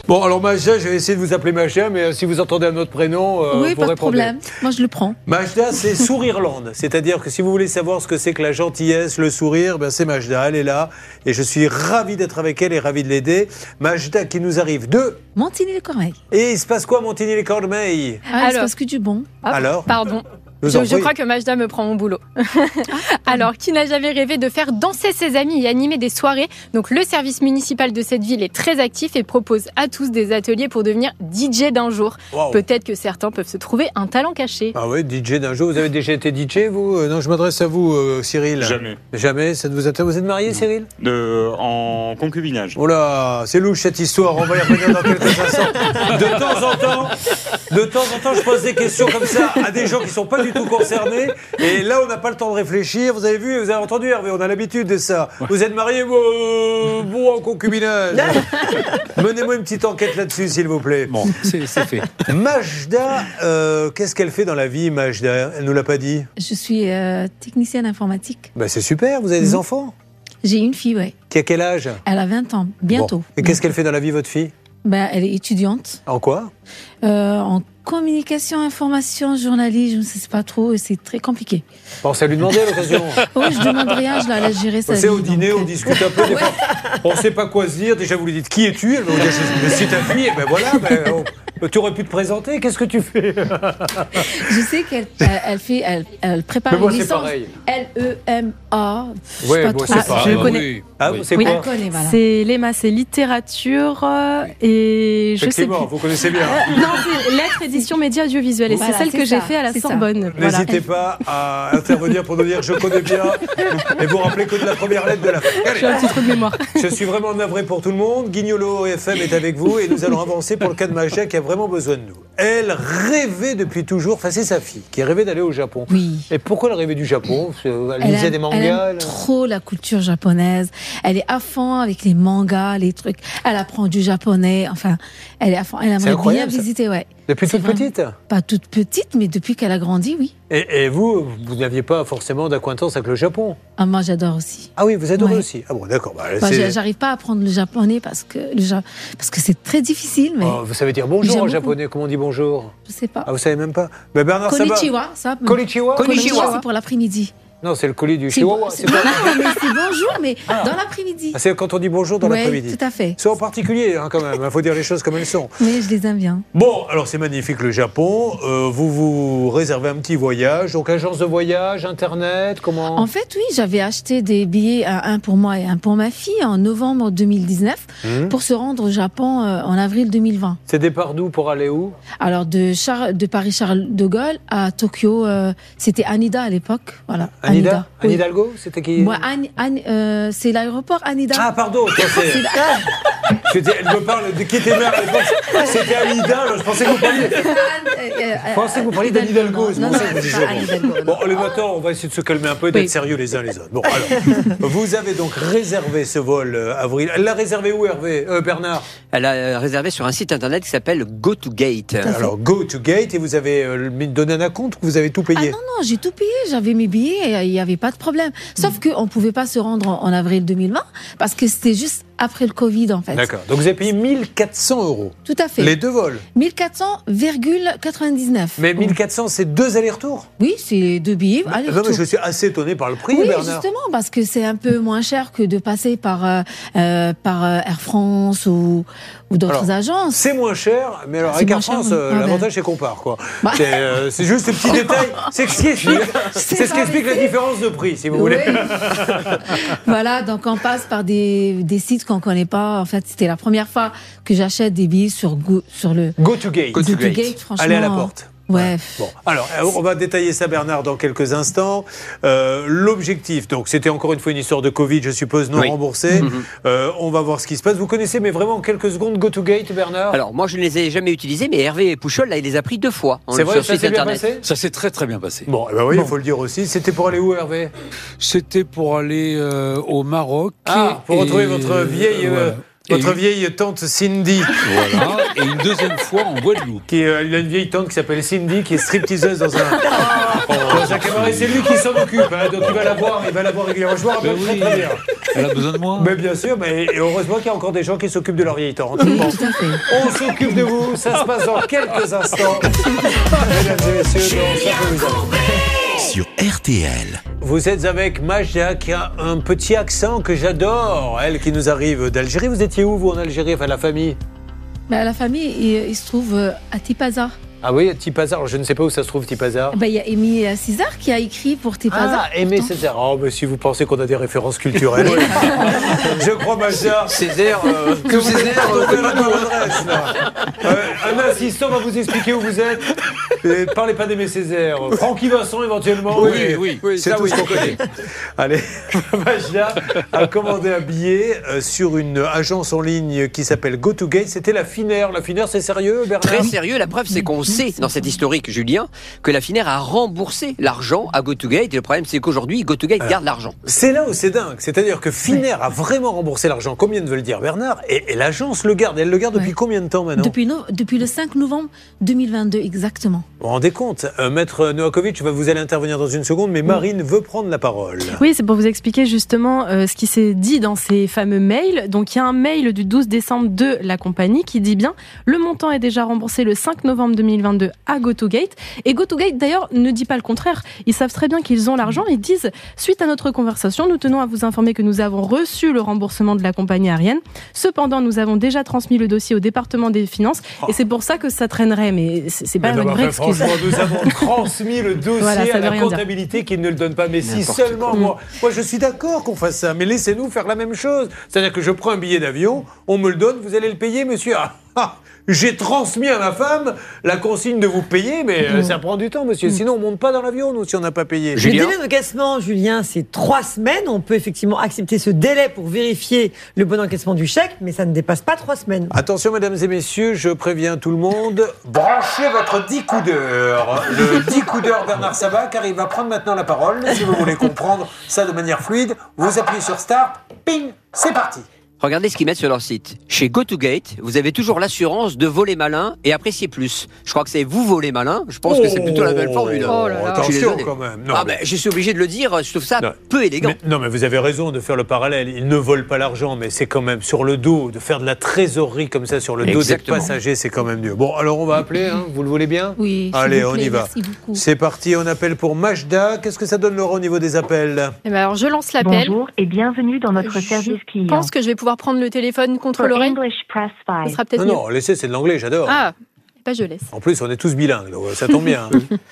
Bon, alors Majda, je vais essayer de vous appeler Majda, mais si vous entendez un autre prénom, oui, vous pas de répondez. problème. Moi, je le prends. Majda, c'est Sourirland. C'est-à-dire que si vous voulez savoir ce que c'est que la gentillesse, le sourire, ben c'est Majda, elle est là. Et je suis ravi d'être avec elle et ravi de l'aider. Majda qui nous arrive de... Montigny-les-Cormeilles. Et il se passe quoi, Montigny-les-Cormeilles? Il se passe que du bon. Alors Pardon. Je crois que Majda me prend mon boulot. Alors, qui n'a jamais rêvé de faire danser ses amis et animer des soirées? Donc, le service municipal de cette ville est très actif et propose à tous des ateliers pour devenir DJ d'un jour. Wow. Peut-être que certains peuvent se trouver un talent caché. Ah oui, DJ d'un jour. Vous avez déjà été DJ, vous? Non, je m'adresse à vous, Cyril. Jamais. Jamais? Ça ne vous intéresse? Vous êtes marié, Cyril? En concubinage. Oh là, c'est louche cette histoire, on va y revenir dans quelques instants. De temps en temps, je pose des questions comme ça à des gens qui ne sont pas du tout concernés. Et là, on n'a pas le temps de réfléchir. Vous avez vu, vous avez entendu, Hervé, on a l'habitude de ça. Vous êtes marié, bon, en concubinage. Menez-moi une petite enquête là-dessus, s'il vous plaît. Bon, c'est fait. Majda, qu'est-ce qu'elle fait dans la vie, Majda? Elle ne nous l'a pas dit. Je suis technicienne informatique. Ben, c'est super, vous avez des enfants? J'ai une fille, ouais. Qui a quel âge? Elle a 20 ans, bientôt. Bon. Et qu'est-ce qu'elle fait dans la vie, votre fille? Elle est étudiante. En quoi? En communication, information, journalisme, je ne sais pas trop, et c'est très compliqué. Pensez à lui demander à l'occasion. Oui, je ne demande rien, je la laisse gérer sa vie. Au dîner, on discute un peu. Des fois, on ne sait pas quoi se dire. Déjà, vous lui dites qui es-tu? Elle va vous dire je suis ta fille. Et ben voilà. Tu aurais pu te présenter. Qu'est-ce que tu fais? Je sais qu'elle prépare une licence LEMA. Ouais, bon, c'est pas. Je connais. Ah, c'est Oui. quoi? Voilà. C'est l'EMA, c'est littérature et je sais plus. Vous connaissez bien. Non, c'est lettres, édition, médias, audiovisuels. Et Voilà, c'est celle que j'ai fait à la Sorbonne. Voilà. N'hésitez pas à intervenir pour nous dire je connais bien et vous rappelez que de la première lettre de la fin. J'ai un petit trou de mémoire. Je suis vraiment navré pour tout le monde. Guignolo FM est avec vous et nous allons avancer pour le cas de Majda qui a vraiment besoin de nous. Elle rêvait depuis toujours, enfin c'est sa fille qui rêvait d'aller au Japon. Oui. Et pourquoi elle rêvait du Japon? Elle lisait des mangas. Elle aime trop la culture japonaise. Elle est à fond avec les mangas, les trucs. Elle apprend du japonais. Enfin, elle est à fond. Elle aimerait bien visiter, ouais. Depuis toute petite? Pas toute petite, mais depuis qu'elle a grandi, oui. Et vous n'aviez pas forcément d'acquaintance avec le Japon? Ah, moi, j'adore aussi. Ah oui, vous adorez aussi? Ah bon, d'accord. J'arrive pas à apprendre le japonais parce que c'est très difficile. Mais vous savez dire bonjour en japonais? Comment on dit bonjour? Je sais pas. Ah, vous savez même pas? Mais Bernard, Konnichiwa, ça. Konnichiwa? Konnichiwa, c'est pour l'après-midi. Non, c'est le colis du chihuahua. C'est pas mais c'est bonjour, mais dans l'après-midi. Ah, c'est quand on dit bonjour dans l'après-midi. Oui, tout à fait. C'est en particulier, quand même. Il faut dire les choses comme elles sont. Mais je les aime bien. Bon, alors c'est magnifique le Japon. Vous réservez un petit voyage. Donc, agence de voyage, Internet, comment? En fait, oui, j'avais acheté des billets, un pour moi et un pour ma fille, en novembre 2019, pour se rendre au Japon en avril 2020. C'est départ d'où pour aller où? Alors, de Paris-Charles de Gaulle à Tokyo, c'était Haneda à l'époque. Voilà. Haneda? Oui. Anne Hidalgo? C'était qui? Moi, c'est l'aéroport Haneda. Ah, pardon. Elle me parle de qui était mère à l'époque. C'était Haneda, alors je pensais que vous parliez. Je pensais que vous parliez d'Anne Hidalgo. Non, bon, les matins, on va essayer de se calmer un peu et d'être sérieux les uns les autres. Bon, alors, vous avez donc réservé ce vol avril. Elle l'a réservé où, Hervé? Bernard? Elle a réservé sur un site internet qui s'appelle GoToGate. Alors, GoToGate, et vous avez donné un acompte, vous avez tout payé? Ah non, j'ai tout payé. J'avais mes billets et il n'y avait pas de problème. Sauf qu'on ne pouvait pas se rendre en avril 2020 parce que c'était juste après le Covid, en fait. D'accord. Donc, vous avez payé 1 400 €. Tout à fait. Les deux vols? 1 400,99. Mais 1 400, c'est 2 allers-retours? Oui, c'est 2 billets. Non, mais je suis assez étonné par le prix, oui, Bernard. Justement, parce que c'est un peu moins cher que de passer par Air France ou d'autres agences. C'est moins cher, mais alors avec Air France, l'avantage c'est qu'on part, quoi. C'est juste ce petit détail. C'est ce qui explique la différence de prix, si vous voulez. Voilà, donc on passe par des sites qu'on connaît pas. En fait, c'était la première fois que j'achète des billets sur le GoToGate. Franchement, allez à la porte. Ouais. Bon, alors, on va détailler ça, Bernard, dans quelques instants. L'objectif, donc, c'était encore une fois une histoire de Covid, je suppose, non remboursée. On va voir ce qui se passe. Vous connaissez, mais vraiment en quelques secondes, GoToGate, Bernard? Alors, moi, je ne les ai jamais utilisés, mais Hervé Pouchol, là, il les a pris 2 fois. C'est vrai, ça s'est bien passé? Ça s'est très très bien passé. Bon, eh ben oui, il faut le dire aussi. C'était pour aller où, Hervé? C'était pour aller au Maroc. Pour retrouver votre vieille... Votre vieille tante Cindy. Voilà, et une deuxième fois en Guadeloupe. Il a une vieille tante qui s'appelle Cindy, qui est stripteaseuse dans un cabaret. C'est lui qui s'en occupe, hein, donc il va la voir régulièrement. Je me rappelle très bien. Elle a besoin de moi. Mais bien sûr, mais heureusement qu'il y a encore des gens qui s'occupent de leur vieille tante. Oui, tout à fait. On s'occupe de vous, ça se passe dans quelques instants. Mesdames et messieurs, Ça peut vous arriver. Sur RTL. Vous êtes avec Majda qui a un petit accent que j'adore, elle qui nous arrive d'Algérie. Vous étiez où, vous, en Algérie, enfin la famille? La famille, il se trouve à Tipaza. Ah oui, Tipaza. Alors, je ne sais pas où ça se trouve, Tipaza. Il y a Aimé César qui a écrit pour Tipaza. Ah, Aimé César. Oh, mais si vous pensez qu'on a des références culturelles. Je crois, Majda. Césaire, Que vous êtes tombé à la bonne adresse, là. Un assistant va vous expliquer où vous êtes. Et parlez pas d'Aimé Césaire. Francky Vincent, éventuellement. Oui, c'est ça, tout oui, ce qu'on connaît. Allez, Majda a commandé un billet sur une agence en ligne qui s'appelle GoToGate. C'était la Finnair. La Finnair, c'est sérieux, Bernard? Très sérieux. La preuve, c'est qu'on sait, dans cette historique, Julien, que la Finnair a remboursé l'argent à GoToGate. Et le problème, c'est qu'aujourd'hui, GoToGate garde l'argent. C'est là où c'est dingue. C'est-à-dire que Finnair a vraiment remboursé l'argent, comme vient de le dire Bernard, et l'agence le garde. Elle le garde depuis combien de temps maintenant? Depuis le 5 novembre 2022, exactement. Vous vous rendez compte? Maître Novakovic, vous allez intervenir dans une seconde, mais Marine veut prendre la parole. Oui, c'est pour vous expliquer justement ce qui s'est dit dans ces fameux mails. Donc il y a un mail du 12 décembre de la compagnie qui dit bien « Le montant est déjà remboursé le 5 novembre 2022 à GoToGate ». Et GoToGate d'ailleurs ne dit pas le contraire. Ils savent très bien qu'ils ont l'argent. Ils disent « Suite à notre conversation, nous tenons à vous informer que nous avons reçu le remboursement de la compagnie aérienne. Cependant, nous avons déjà transmis le dossier au département des finances et c'est pour ça que ça traînerait. » Mais c'est pas une vraie excuse. Franchement, nous avons transmis le dossier à la comptabilité qui ne le donne pas. Mais si seulement moi, je suis d'accord qu'on fasse ça, mais laissez-nous faire la même chose. C'est-à-dire que je prends un billet d'avion, on me le donne, vous allez le payer, monsieur. J'ai transmis à ma femme la consigne de vous payer, mais ça prend du temps, monsieur. Sinon, on ne monte pas dans l'avion, nous, si on n'a pas payé. Le délai d'encaissement, Julien, c'est 3 semaines. On peut effectivement accepter ce délai pour vérifier le bon encaissement du chèque, mais ça ne dépasse pas 3 semaines. Attention, mesdames et messieurs, je préviens tout le monde, branchez votre 10 coudeur. Le 10 coudeur Bernard Sabat, car il va prendre maintenant la parole. Si vous voulez comprendre ça de manière fluide, vous appuyez sur Start, ping, c'est parti. Regardez ce qu'ils mettent sur leur site. Chez GoToGate, vous avez toujours l'assurance de voler malin et apprécier plus. Je crois que c'est vous voler malin. Je pense que c'est plutôt la belle formule. Oh là là. Attention quand même. Non, mais je suis obligé de le dire. Je trouve ça peu élégant. Mais vous avez raison de faire le parallèle. Ils ne volent pas l'argent, mais c'est quand même sur le dos, de faire de la trésorerie comme ça sur le dos des passagers, c'est quand même mieux. Bon, alors on va appeler, hein. Vous le voulez bien? Oui. Allez, on y va. C'est parti, on appelle pour Majda. Qu'est-ce que ça donne, Laurent, au niveau des appels? Alors, je lance l'appel. Bonjour et bienvenue dans notre service client. Je pense que je vais pouvoir prendre le téléphone contre l'oreille. Ça sera peut-être non, laissez, c'est de l'anglais, j'adore. Ah, je laisse. En plus, on est tous bilingues, donc ça tombe bien.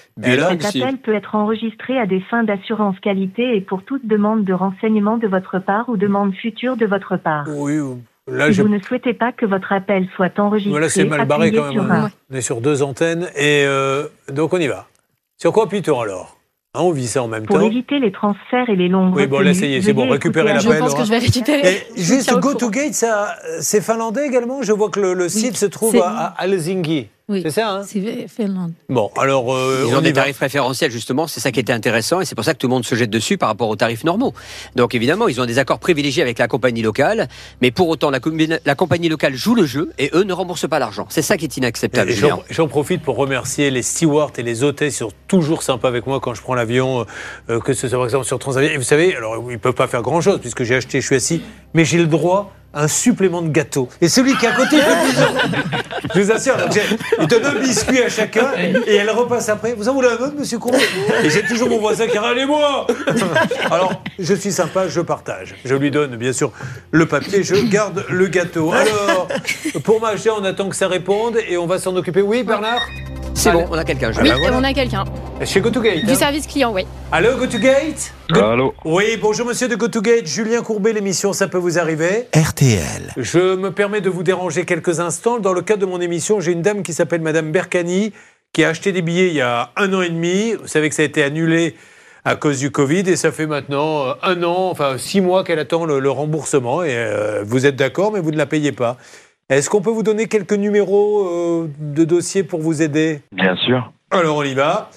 Cet appel peut être enregistré à des fins d'assurance qualité et pour toute demande de renseignement de votre part ou demande future de votre part. Oui, là, si vous ne souhaitez pas que votre appel soit enregistré, voilà, c'est mal barré quand même. On est sur 2 antennes et donc on y va. Sur quoi appuie-t-on alors? On vit ça en même temps. Pour éviter les transferts et les longues retenues, bon, là, ça y est, c'est bon, récupérez l'appel. Je pense que je vais récupérer. Et juste GoToGate, c'est finlandais également? Je vois que le site se trouve à Helsinki. Oui, c'est ça, hein? C'est Finlande. Bon, alors... Ils ont des tarifs préférentiels, justement. C'est ça qui était intéressant. Et c'est pour ça que tout le monde se jette dessus par rapport aux tarifs normaux. Donc, évidemment, ils ont des accords privilégiés avec la compagnie locale. Mais pour autant, la compagnie locale joue le jeu et eux ne remboursent pas l'argent. C'est ça qui est inacceptable. J'en profite pour remercier les stewards et les hôtesses. Ils sont toujours sympas avec moi quand je prends l'avion, que ce soit par exemple sur Transavia. Et vous savez, alors ils ne peuvent pas faire grand-chose puisque j'ai acheté, je suis assis, mais j'ai le droit à un supplément de gâteau. Et celui qui est à côté fait plaisir. Je vous assure, donc il donne un biscuit à chacun et elle repasse après. Vous en voulez un autre, monsieur Courbet? Et j'ai toujours mon voisin qui râle, moi. Alors, je suis sympa, je partage. Je lui donne, bien sûr, le papier, je garde le gâteau. Alors, pour m'acheter, on attend que ça réponde et on va s'en occuper. Oui, Bernard? C'est bon, on a quelqu'un. Oui, on a quelqu'un. Chez GoToGate. Du service client, oui. Allô, GoToGate? Allô? Oui, bonjour monsieur de GoToGate. Julien Courbet, l'émission Ça peut vous arriver? RTL. Je me permets de vous déranger quelques instants. Dans le cadre de mon émission, j'ai une dame qui s'appelle Madame Berkani, qui a acheté des billets il y a 1 an et demi. Vous savez que ça a été annulé à cause du Covid et ça fait maintenant 1 an, enfin 6 mois qu'elle attend le remboursement. Et vous êtes d'accord, mais vous ne la payez pas. Est-ce qu'on peut vous donner quelques numéros de dossier pour vous aider? Bien sûr. Alors on y va.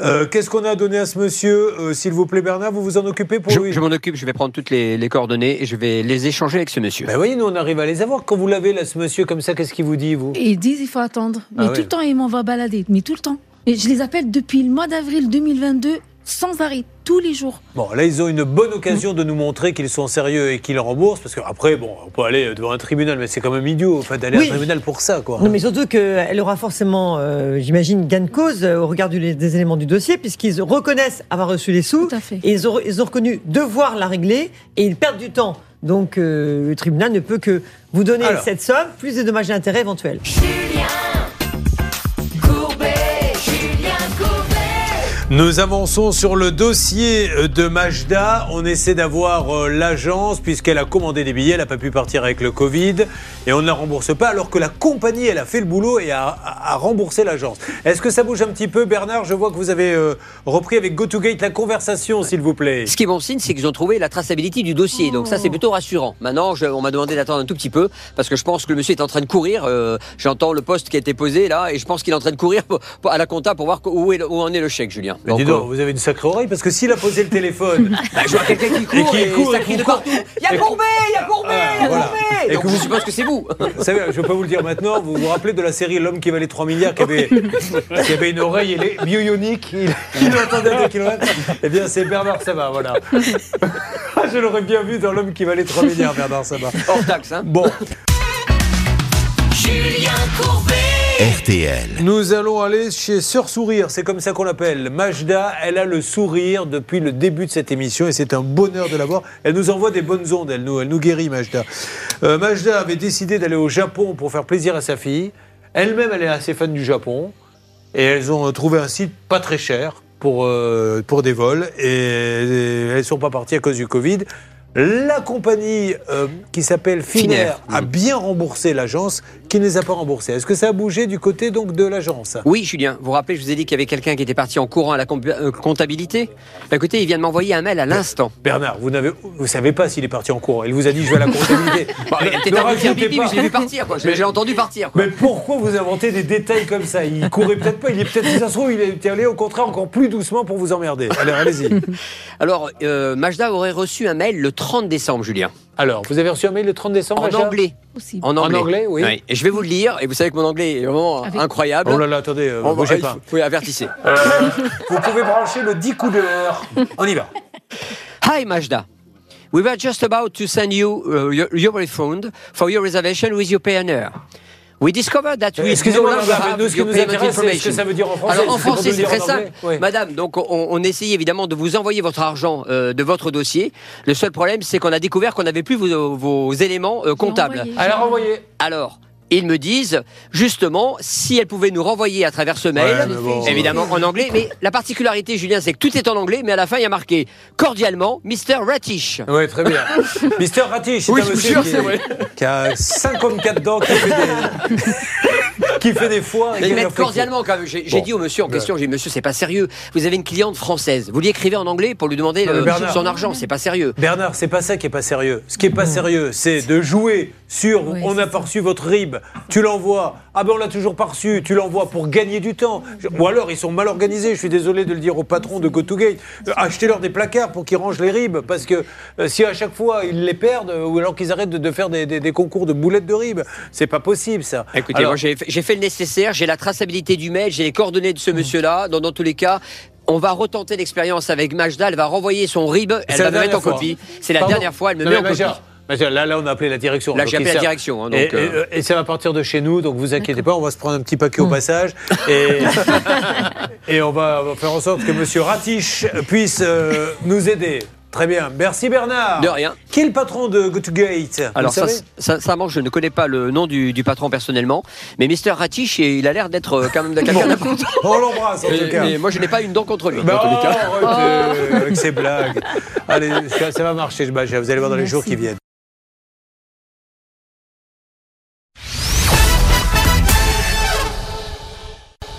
Qu'est-ce qu'on a donné à ce monsieur, s'il vous plaît, Bernard, vous vous en occupez pour lui? Je m'en occupe, je vais prendre toutes les coordonnées et je vais les échanger avec ce monsieur. Ben voyez, nous on arrive à les avoir. Quand vous l'avez là, ce monsieur comme ça, qu'est-ce qu'il vous dit, vous? Ils disent il faut attendre. Mais tout le temps, ils m'envoient balader. Mais tout le temps. Et je les appelle depuis le mois d'avril 2022 sans arrêt, tous les jours. Bon, là, ils ont une bonne occasion de nous montrer qu'ils sont sérieux et qu'ils remboursent, parce qu'après, bon, on peut aller devant un tribunal, mais c'est quand même idiot d'aller à un tribunal pour ça, quoi. Non, mais surtout qu'elle aura forcément, j'imagine, gain de cause au regard des éléments du dossier, puisqu'ils reconnaissent avoir reçu les sous, et ils ont reconnu devoir la régler, et ils perdent du temps. Donc, le tribunal ne peut que vous donner cette somme, plus des dommages et intérêts éventuels. Nous avançons sur le dossier de Majda. On essaie d'avoir l'agence puisqu'elle a commandé des billets. Elle n'a pas pu partir avec le Covid et on ne la rembourse pas alors que la compagnie, elle a fait le boulot et a remboursé l'agence. Est-ce que ça bouge un petit peu, Bernard? Je vois que vous avez repris avec GoToGate la conversation, s'il vous plaît. Ce qui est bon signe, c'est qu'ils ont trouvé la traçabilité du dossier. Donc ça, c'est plutôt rassurant. Maintenant, on m'a demandé d'attendre un tout petit peu parce que je pense que le monsieur est en train de courir. J'entends le poste qui a été posé là et je pense qu'il est en train de courir à la compta pour voir où en est le chèque, Julien. Mais dis donc, vous avez une sacrée oreille parce que s'il a posé le téléphone, je vois quelqu'un qui court et ça crie de partout. Il y a Courbet, il y a Courbet, il y a Courbet. Donc je suppose que c'est vous. Vous savez, je peux vous le dire maintenant. Vous vous rappelez de la série L'homme qui valait 3 milliards, qui avait une oreille bionique, il entendait à 2 kilomètres. Eh bien, c'est Bernard Sabat, voilà. Je l'aurais bien vu dans L'homme qui valait 3 milliards, Bernard Sabat. Hors taxe, hein. Bon. Julien Courbet. RTL. Nous allons aller chez Sœur Sourire, c'est comme ça qu'on l'appelle. Majda, elle a le sourire depuis le début de cette émission et c'est un bonheur de la voir. Elle nous envoie des bonnes ondes, elle nous guérit, Majda. Majda avait décidé d'aller au Japon pour faire plaisir à sa fille. Elle-même, elle est assez fan du Japon et elles ont trouvé un site pas très cher pour des vols et elles ne sont pas parties à cause du Covid. La compagnie qui s'appelle Finnair a bien remboursé l'agence qui ne les a pas remboursés. Est-ce que ça a bougé du côté donc de l'agence? Oui, Julien. Vous vous rappelez, je vous ai dit qu'il y avait quelqu'un qui était parti en courant à la comptabilité. Écoutez, il vient de m'envoyer un mail à l'instant. Bernard, vous savez pas s'il est parti en courant. Il vous a dit je vais à la comptabilité. Peut-être un peu faire pipi, mais je l'ai vu partir. J'ai entendu partir. Mais pourquoi vous inventez des détails comme ça? Il courait peut-être pas. Il est peut-être, si ça se trouve, il est allé au contraire encore plus doucement pour vous emmerder. Allez-y. Alors, Majda aurait reçu un mail le 30 décembre, Julien. Alors, vous avez reçu un mail le 30 décembre En anglais. Aussi. En anglais, oui. Et je vais vous le lire, et vous savez que mon anglais est vraiment incroyable. Oh là là, attendez, bougez pas. Vous avertissez. Vous pouvez brancher le 10 coups d'heure. On y va. Hi Majda. We were just about to send you your refund for your reservation with your Payoneer. We discovered that we excusez-moi, no longer have ce qui your nous payment intéresse, c'est ce que information. ça veut dire en français. Alors en français, c'est très simple. Ouais. Madame, donc on essayait évidemment de vous envoyer votre argent de votre dossier. Le seul problème, c'est qu'on a découvert qu'on n'avait plus vos éléments comptables. Alors envoyez. Alors, ils me disent, justement, si elles pouvaient nous renvoyer à travers ce mail, évidemment en anglais, mais la particularité, Julien, c'est que tout est en anglais, mais à la fin, il y a marqué cordialement Mr. Ratish. Oui, très bien. Mr. Ratish, c'est un monsieur qui a 54 dents, qui fait des foires. Mais mettre cordialement, quand même. J'ai dit au monsieur en question, j'ai dit, monsieur, c'est pas sérieux. Vous avez une cliente française. Vous lui écrivez en anglais pour lui demander son argent. C'est pas sérieux. Bernard, c'est pas ça qui est pas sérieux. Ce qui est pas sérieux, c'est de jouer sur on n'a pas reçu votre RIB, tu l'envoies, ah ben on l'a toujours pas reçu, tu l'envoies pour gagner du temps. Ou alors ils sont mal organisés, je suis désolé de le dire au patron de GoToGate. Achetez-leur des placards pour qu'ils rangent les RIB, parce que si à chaque fois ils les perdent, ou alors qu'ils arrêtent de faire des concours de boulettes de RIB, c'est pas possible ça. Écoutez, alors, moi j'ai fait le nécessaire, j'ai la traçabilité du mail, j'ai les coordonnées de ce monsieur-là, dans tous les cas. On va retenter l'expérience avec Majda, elle va renvoyer son RIB, elle va me mettre en copie. C'est la dernière fois, elle me met en copie. Là, on a appelé la direction. Là, j'ai appelé la direction. Hein, donc, et ça va partir de chez nous, donc vous inquiétez pas, on va se prendre un petit paquet au passage. Et on va faire en sorte que M. Ratish puisse nous aider. Très bien. Merci Bernard. De rien. Qui est le patron de GoToGate? Alors, sincèrement, je ne connais pas le nom du patron personnellement, mais Mr. Ratish, il a l'air d'être quand même quelqu'un d'important. On l'embrasse en tout cas. Mais moi, je n'ai pas une dent contre lui. Dans tous les cas. Avec ses blagues. Allez, ça va marcher, vous allez voir dans les jours qui viennent.